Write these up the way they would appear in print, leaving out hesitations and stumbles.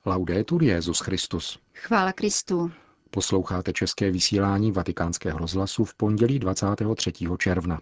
Laudetur Jesus Christus. Chvála Kristu. Posloucháte české vysílání Vatikánského rozhlasu v pondělí 23. června.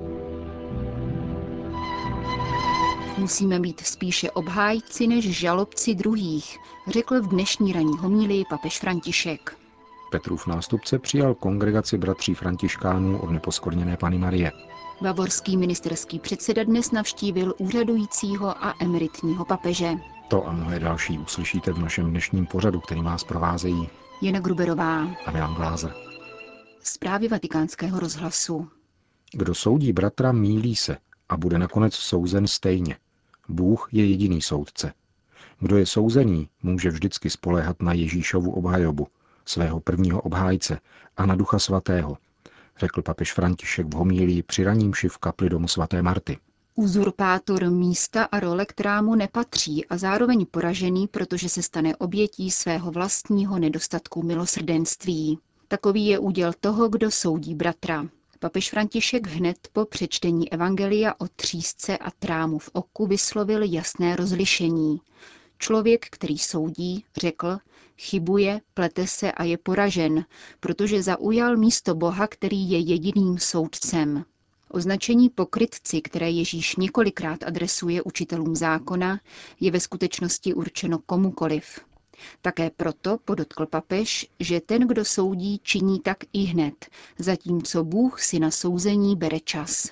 Musíme být spíše obhájci než žalobci druhých, řekl v dnešní ranní homílii papež František. Petrův nástupce přijal kongregaci bratří františkánů od Neposkvrněné Panny Marie. Bavorský ministerský předseda dnes navštívil úřadujícího a emeritního papeže. To a mnohé další uslyšíte v našem dnešním pořadu, který vás provázejí Jana Gruberová. a Milan Glázer. Zprávy Vatikánského rozhlasu. Kdo soudí bratra, mýlí se a bude nakonec souzen stejně. Bůh je jediný soudce. Kdo je souzený, může vždycky spoléhat na Ježíšovu obhajobu, svého prvního obhájce a na Ducha Svatého, řekl papež František v homílii při raní mši v kapli domu svaté Marty. Uzurpátor místa a role, která mu nepatří, a zároveň poražený, protože se stane obětí svého vlastního nedostatku milosrdenství. Takový je úděl toho, kdo soudí bratra. Papež František hned po přečtení evangelia o třísce a trámu v oku vyslovil jasné rozlišení. Člověk, který soudí, řekl, chybuje, plete se a je poražen, protože zaujal místo Boha, který je jediným soudcem. Označení pokrytci, které Ježíš několikrát adresuje učitelům zákona, je ve skutečnosti určeno komukoliv. Také proto, podotkl papež, že ten, kdo soudí, činí tak i hned, zatímco Bůh si na souzení bere čas.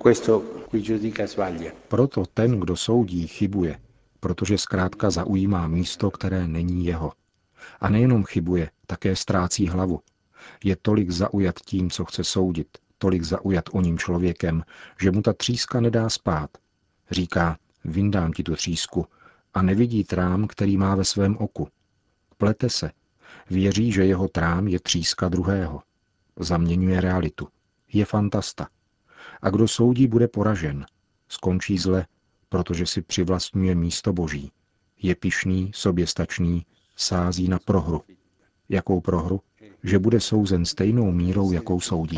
Proto ten, kdo soudí, chybuje, protože zkrátka zaujímá místo, které není jeho. A nejenom chybuje, také ztrácí hlavu. Je tolik zaujat tím, co chce soudit, tolik zaujat oním člověkem, že mu ta tříska nedá spát. Říká, vyndám ti tu třísku, a nevidí trám, který má ve svém oku. Plete se. Věří, že jeho trám je tříska druhého. Zaměňuje realitu. Je fantasta. A kdo soudí, bude poražen. Skončí zle, protože si přivlastňuje místo Boží. Je pyšný, soběstačný, sází na prohru. Jakou prohru? Že bude souzen stejnou mírou, jakou soudí.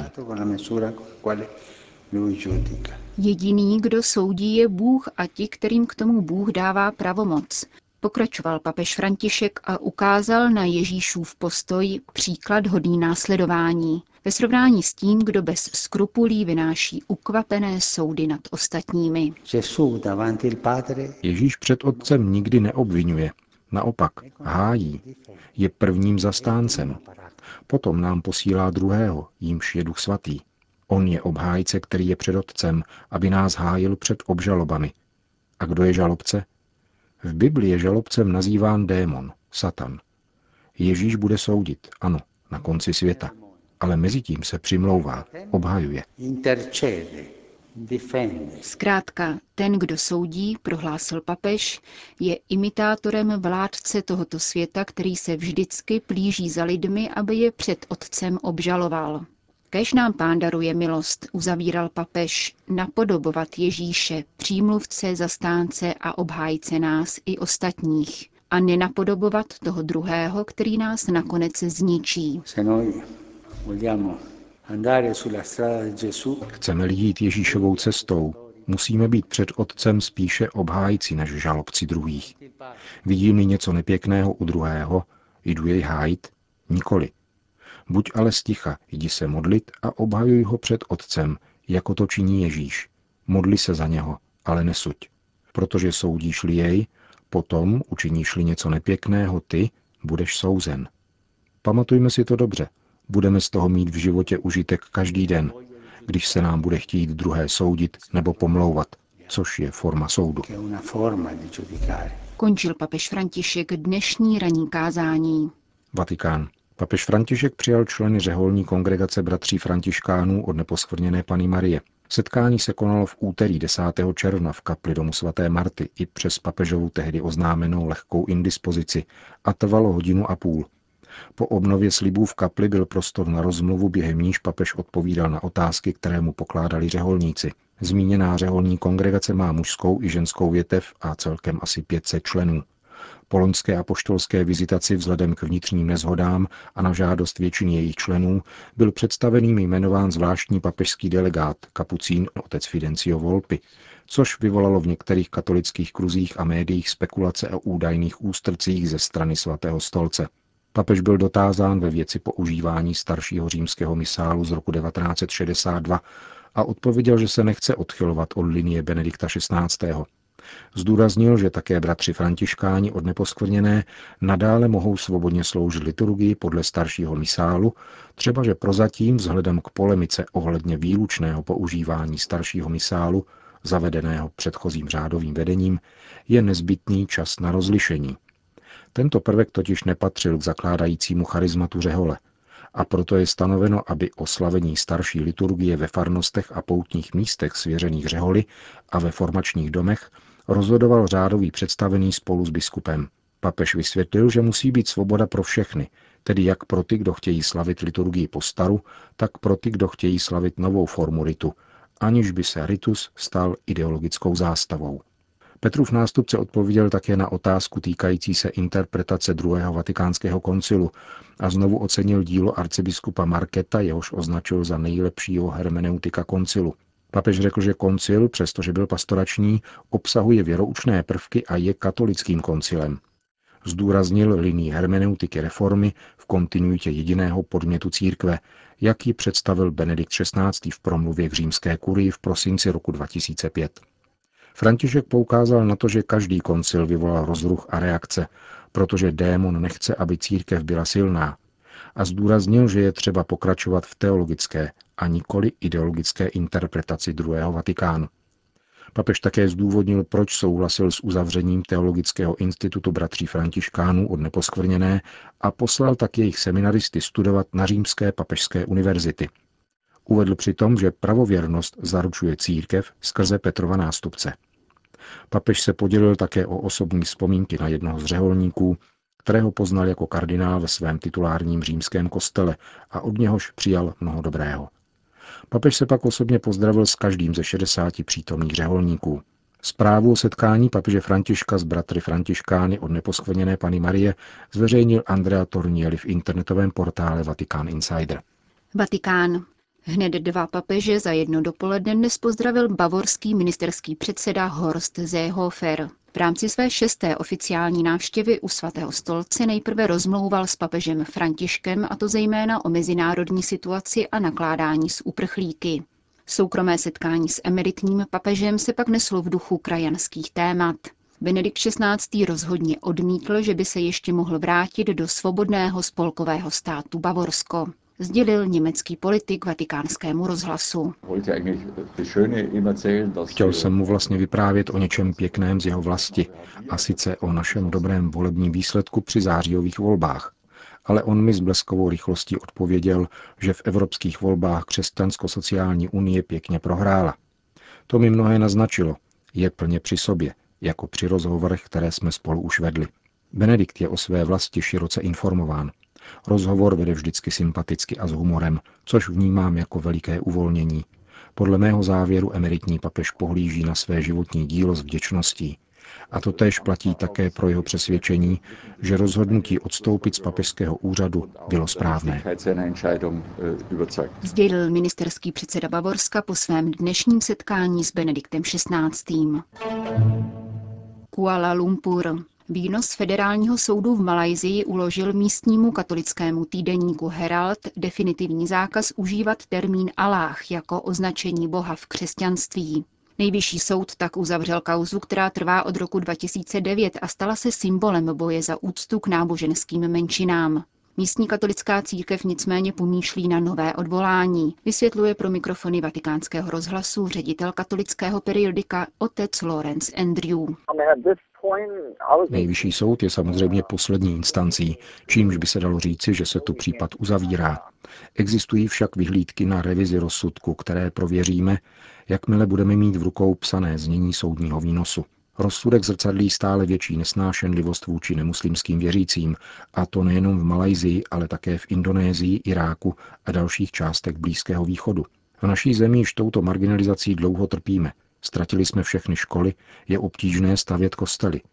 Jediný, kdo soudí, je Bůh a ti, kterým k tomu Bůh dává pravomoc. Pokračoval papež František a ukázal na Ježíšův postoj příklad hodný následování. Ve srovnání s tím, kdo bez skrupulí vynáší ukvapené soudy nad ostatními. Ježíš před Otcem nikdy neobvinuje, naopak hájí, je prvním zastáncem. Potom nám posílá druhého, jímž je Duch Svatý. On je obhájce, který je před Otcem, aby nás hájil před obžalobami. A kdo je žalobce? V Bibli je žalobcem nazýván démon, Satan. Ježíš bude soudit, ano, na konci světa, ale mezitím se přimlouvá, obhajuje. Zkrátka, ten, kdo soudí, prohlásil papež, je imitátorem vládce tohoto světa, který se vždycky plíží za lidmi, aby je před Otcem obžaloval. Kéž nám Pán daruje milost, uzavíral papež, napodobovat Ježíše, přímluvce, zastánce a obhájce nás i ostatních, a nenapodobovat toho druhého, který nás nakonec zničí. Chceme-li jít Ježíšovou cestou, musíme být před Otcem spíše obhájci než žalobci druhých. Vidím-li něco nepěkného u druhého, jdu jej hájit? Nikoli. Buď ale sticha, jdi se modlit a obhajuj ho před Otcem, jako to činí Ježíš. Modli se za něho, ale nesuď. Protože soudíš-li jej, potom, učiníš-li něco nepěkného ty, budeš souzen. Pamatujme si to dobře. Budeme z toho mít v životě užitek každý den, když se nám bude chtít druhé soudit nebo pomlouvat, což je forma soudu. Končil papež František dnešní ranní kázání. Vatikán. Papež František přijal členy řeholní kongregace bratří františkánů od Neposkvrněné Panny Marie. Setkání se konalo v úterý 10. června v kapli domu svaté Marty i přes papežovu tehdy oznámenou lehkou indispozici a trvalo 1,5 hodiny. Po obnově slibů v kapli byl prostor na rozmluvu, během níž papež odpovídal na otázky, které mu pokládali řeholníci. Zmíněná řeholní kongregace má mužskou i ženskou větev a celkem asi 500 členů. Po loňské apoštolské vizitaci vzhledem k vnitřním neshodám a na žádost většiny jejich členů byl představeným jmenován zvláštní papežský delegát, kapucín otec Fidencio Volpi, což vyvolalo v některých katolických kruzích a médiích spekulace o údajných ústrcích ze strany svatého stolce. Papež byl dotázán ve věci používání staršího římského misálu z roku 1962 a odpověděl, že se nechce odchylovat od linie Benedikta XVI. Zdůraznil, že také bratři františkáni od Neposkvrněné nadále mohou svobodně sloužit liturgii podle staršího misálu, třeba že prozatím vzhledem k polemice ohledně výlučného používání staršího misálu, zavedeného předchozím řádovým vedením, je nezbytný čas na rozlišení. Tento prvek totiž nepatřil k zakládajícímu charizmatu řehole a proto je stanoveno, aby o slavení starší liturgie ve farnostech a poutních místech svěřených řeholi a ve formačních domech rozhodoval řádový představený spolu s biskupem. Papež vysvětlil, že musí být svoboda pro všechny, tedy jak pro ty, kdo chtějí slavit liturgii po staru, tak pro ty, kdo chtějí slavit novou formu ritu, aniž by se ritus stal ideologickou zástavou. Petrův nástupce odpověděl také na otázku týkající se interpretace druhého vatikánského koncilu a znovu ocenil dílo arcibiskupa Marketa, jehož označil za nejlepšího hermeneutika koncilu. Papež řekl, že koncil, přestože byl pastorační, obsahuje věroučné prvky a je katolickým koncilem. Zdůraznil linii hermeneutiky reformy v kontinuitě jediného podmětu církve, jak ji představil Benedikt XVI. V promluvě k římské kurii v prosinci roku 2005. František poukázal na to, že každý koncil vyvolal rozruch a reakce, protože démon nechce, aby církev byla silná, a zdůraznil, že je třeba pokračovat v teologické a nikoli ideologické interpretaci druhého Vatikánu. Papež také zdůvodnil, proč souhlasil s uzavřením Teologického institutu bratří františkánů od Neposkvrněné a poslal tak jejich seminaristy studovat na Římské papežské univerzity. Uvedl přitom, že pravověrnost zaručuje církev skrze Petrova nástupce. Papež se podělil také o osobní vzpomínky na jednoho z řeholníků, kterého poznal jako kardinál ve svém titulárním římském kostele a od něhož přijal mnoho dobrého. Papež se pak osobně pozdravil s každým ze 60 přítomných řeholníků. Zprávu o setkání papeže Františka s bratry františkány od Neposkvrněné Panny Marie zveřejnil Andrea Tornielli v internetovém portále Vatican Insider. Vatikán. Hned 2 papeže za jedno dopoledne dnes pozdravil bavorský ministerský předseda Horst Seehofer. V rámci své 6. oficiální návštěvy u svatého stolce nejprve rozmlouval s papežem Františkem, a to zejména o mezinárodní situaci a nakládání s uprchlíky. Soukromé setkání s emeritním papežem se pak neslo v duchu krajanských témat. Benedikt XVI. Rozhodně odmítl, že by se ještě mohl vrátit do svobodného spolkového státu Bavorsko, sdělil německý politik Vatikánskému rozhlasu. Chtěl jsem mu vlastně vyprávět o něčem pěkném z jeho vlasti, a sice o našem dobrém volebním výsledku při zářijových volbách. Ale on mi s bleskovou rychlostí odpověděl, že v evropských volbách Křesťansko-sociální unie pěkně prohrála. To mi mnohé naznačilo. Je plně při sobě, jako při rozhovorech, které jsme spolu už vedli. Benedikt je o své vlasti široce informován. Rozhovor vede vždycky sympaticky a s humorem, což vnímám jako veliké uvolnění. Podle mého závěru emeritní papež pohlíží na své životní dílo s vděčností. A to též platí také pro jeho přesvědčení, že rozhodnutí odstoupit z papežského úřadu bylo správné. Sdělil ministerský předseda Bavorska po svém dnešním setkání s Benediktem XVI. Kuala Lumpur. Výnos federálního soudu v Malajsii uložil místnímu katolickému týdeníku Herald definitivní zákaz užívat termín Aláh jako označení Boha v křesťanství. Nejvyšší soud tak uzavřel kauzu, která trvá od roku 2009 a stala se symbolem boje za úctu k náboženským menšinám. Místní katolická církev nicméně pomýšlí na nové odvolání, vysvětluje pro mikrofony Vatikánského rozhlasu ředitel katolického periodika otec Lawrence Andrew. Nejvyšší soud je samozřejmě poslední instancí, čímž by se dalo říci, že se tu případ uzavírá. Existují však vyhlídky na revizi rozsudku, které prověříme, jakmile budeme mít v rukou psané znění soudního výnosu. Rozsudek zrcadlí stále větší nesnášenlivost vůči nemuslimským věřícím, a to nejenom v Malajsii, ale také v Indonésii, Iráku a dalších částech Blízkého východu. V naší zemi již touto marginalizací dlouho trpíme. Ztratili jsme všechny školy, je obtížné stavět kostely.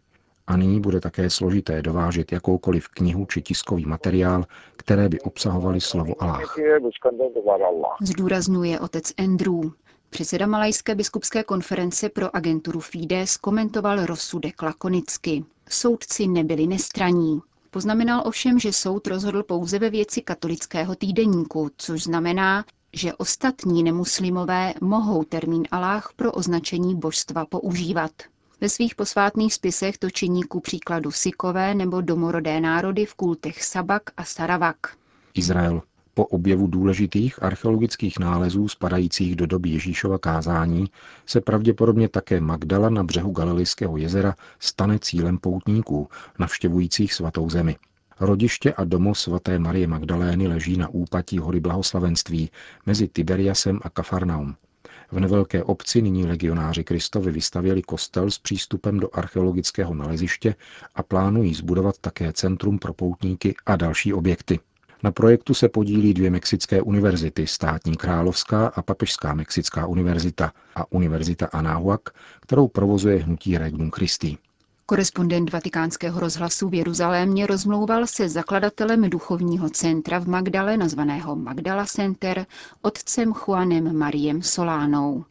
A nyní bude také složité dovážet jakoukoliv knihu či tiskový materiál, které by obsahovaly slovo Alláh. Zdůrazňuje otec Andrew. Předseda Malajské biskupské konference pro agenturu Fides komentoval rozsudek lakonicky. Soudci nebyli nestranní. Poznamenal ovšem, že soud rozhodl pouze ve věci katolického týdeníku, což znamená, že ostatní nemuslimové mohou termín Alláh pro označení božstva používat. Ve svých posvátných spisech to činí ku příkladu Sikové nebo domorodé národy v kultech Sabak a Saravak. Izrael. Po objevu důležitých archeologických nálezů spadajících do doby Ježíšova kázání se pravděpodobně také Magdala na břehu Galilejského jezera stane cílem poutníků, navštěvujících svatou zemi. Rodiště a domov svaté Marie Magdalény leží na úpatí hory Blahoslavenství mezi Tiberiasem a Kafarnaum. V nevelké obci nyní legionáři Kristovi vystavěli kostel s přístupem do archeologického naleziště a plánují zbudovat také centrum pro poutníky a další objekty. Na projektu se podílí 2 mexické univerzity, Státní královská a Papežská mexická univerzita a Univerzita Anáhuac, kterou provozuje hnutí Regnum Christi. Korespondent Vatikánského rozhlasu v Jeruzalémě rozmlouval se zakladatelem duchovního centra v Magdale, nazvaného Magdala Center, otcem Juanem Mariem Solánou.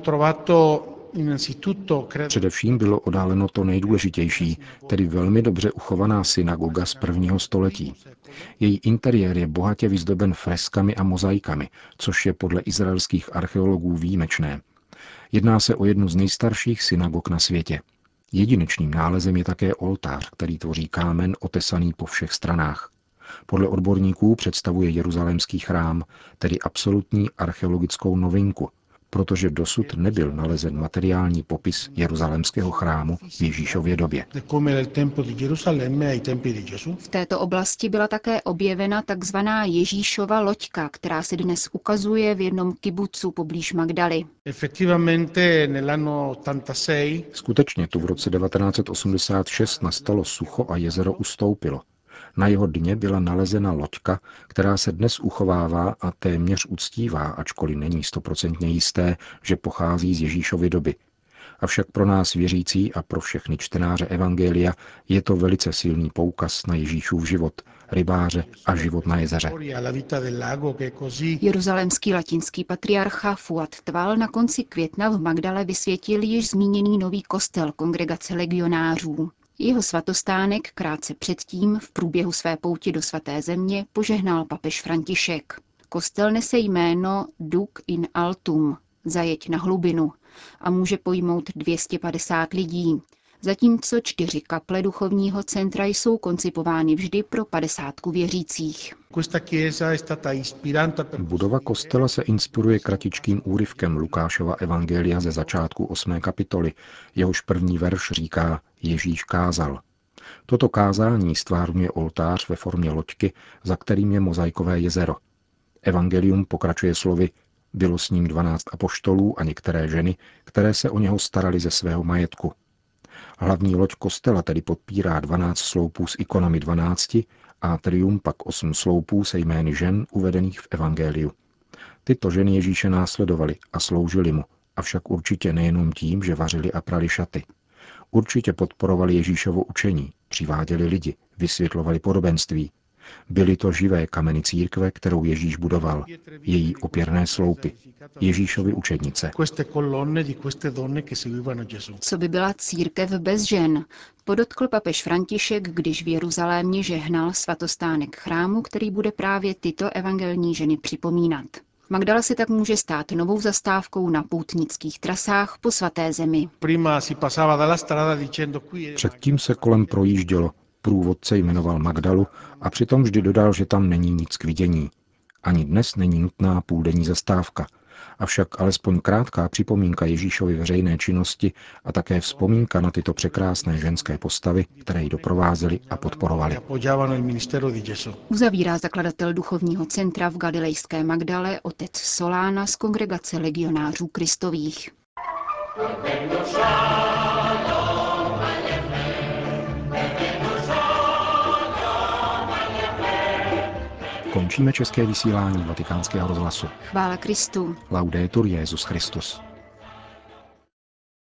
Především bylo odhaleno to nejdůležitější, tedy velmi dobře uchovaná synagoga z 1. století. Její interiér je bohatě vyzdoben freskami a mozaikami, což je podle izraelských archeologů výjimečné. Jedná se o jednu z nejstarších synagog na světě. Jedinečným nálezem je také oltář, který tvoří kámen otesaný po všech stranách. Podle odborníků představuje jeruzalémský chrám, tedy absolutní archeologickou novinku, protože dosud nebyl nalezen materiální popis jeruzalémského chrámu v Ježíšově době. V této oblasti byla také objevena takzvaná Ježíšova loďka, která se dnes ukazuje v jednom kibucu poblíž Magdaly. Skutečně tu v roce 1986 nastalo sucho a jezero ustoupilo. Na jeho dně byla nalezena loďka, která se dnes uchovává a téměř uctívá, ačkoliv není 100% jisté, že pochází z Ježíšovy doby. Avšak pro nás věřící a pro všechny čtenáře Evangelia je to velice silný poukaz na Ježíšův život, rybáře a život na jezeře. Jeruzalémský latinský patriarcha Fuad Tval na konci května v Magdale vysvětil již zmíněný nový kostel kongregace legionářů. Jeho svatostánek krátce předtím v průběhu své pouti do svaté země požehnal papež František. Kostel nese jméno Duc in Altum, zajeď na hlubinu, a může pojmout 250 lidí, zatímco 4 kaple duchovního centra jsou koncipovány vždy pro 50 věřících. Budova kostela se inspiruje kratičkým úryvkem Lukášova evangelia ze začátku 8. kapitoly. Jehož první verš říká Ježíš kázal. Toto kázání stvárňuje oltář ve formě loďky, za kterým je mozaikové jezero. Evangelium pokračuje slovy: bylo s ním 12 apoštolů a některé ženy, které se o něho starali ze svého majetku. Hlavní loď kostela tedy podpírá 12 sloupů s ikonami 12, atrium pak 8 sloupů se jmény žen uvedených v Evangeliu. Tyto ženy Ježíše následovaly a sloužily mu, avšak určitě nejenom tím, že vařili a prali šaty. Určitě podporovali Ježíšovo učení, přiváděli lidi, vysvětlovali podobenství. Byly to živé kameny církve, kterou Ježíš budoval, její opěrné sloupy, Ježíšovy učednice. Co by byla církev bez žen? Podotkl papež František, když v Jeruzalémě žehnal svatostánek chrámu, který bude právě tyto evangelní ženy připomínat. Magdala se tak může stát novou zastávkou na poutnických trasách po svaté zemi. Předtím se kolem projíždělo. Průvodce jmenoval Magdalu a přitom vždy dodal, že tam není nic k vidění. Ani dnes není nutná půldenní zastávka. Avšak alespoň krátká připomínka Ježíšovy veřejné činnosti a také vzpomínka na tyto překrásné ženské postavy, které ji doprovázely a podporovaly. Uzavírá zakladatel duchovního centra v galilejské Magdale otec Solána z kongregace legionářů Kristových. Končíme české vysílání Vatikánského rozhlasu. Chvála Kristu. Laudetur Jesus Christus.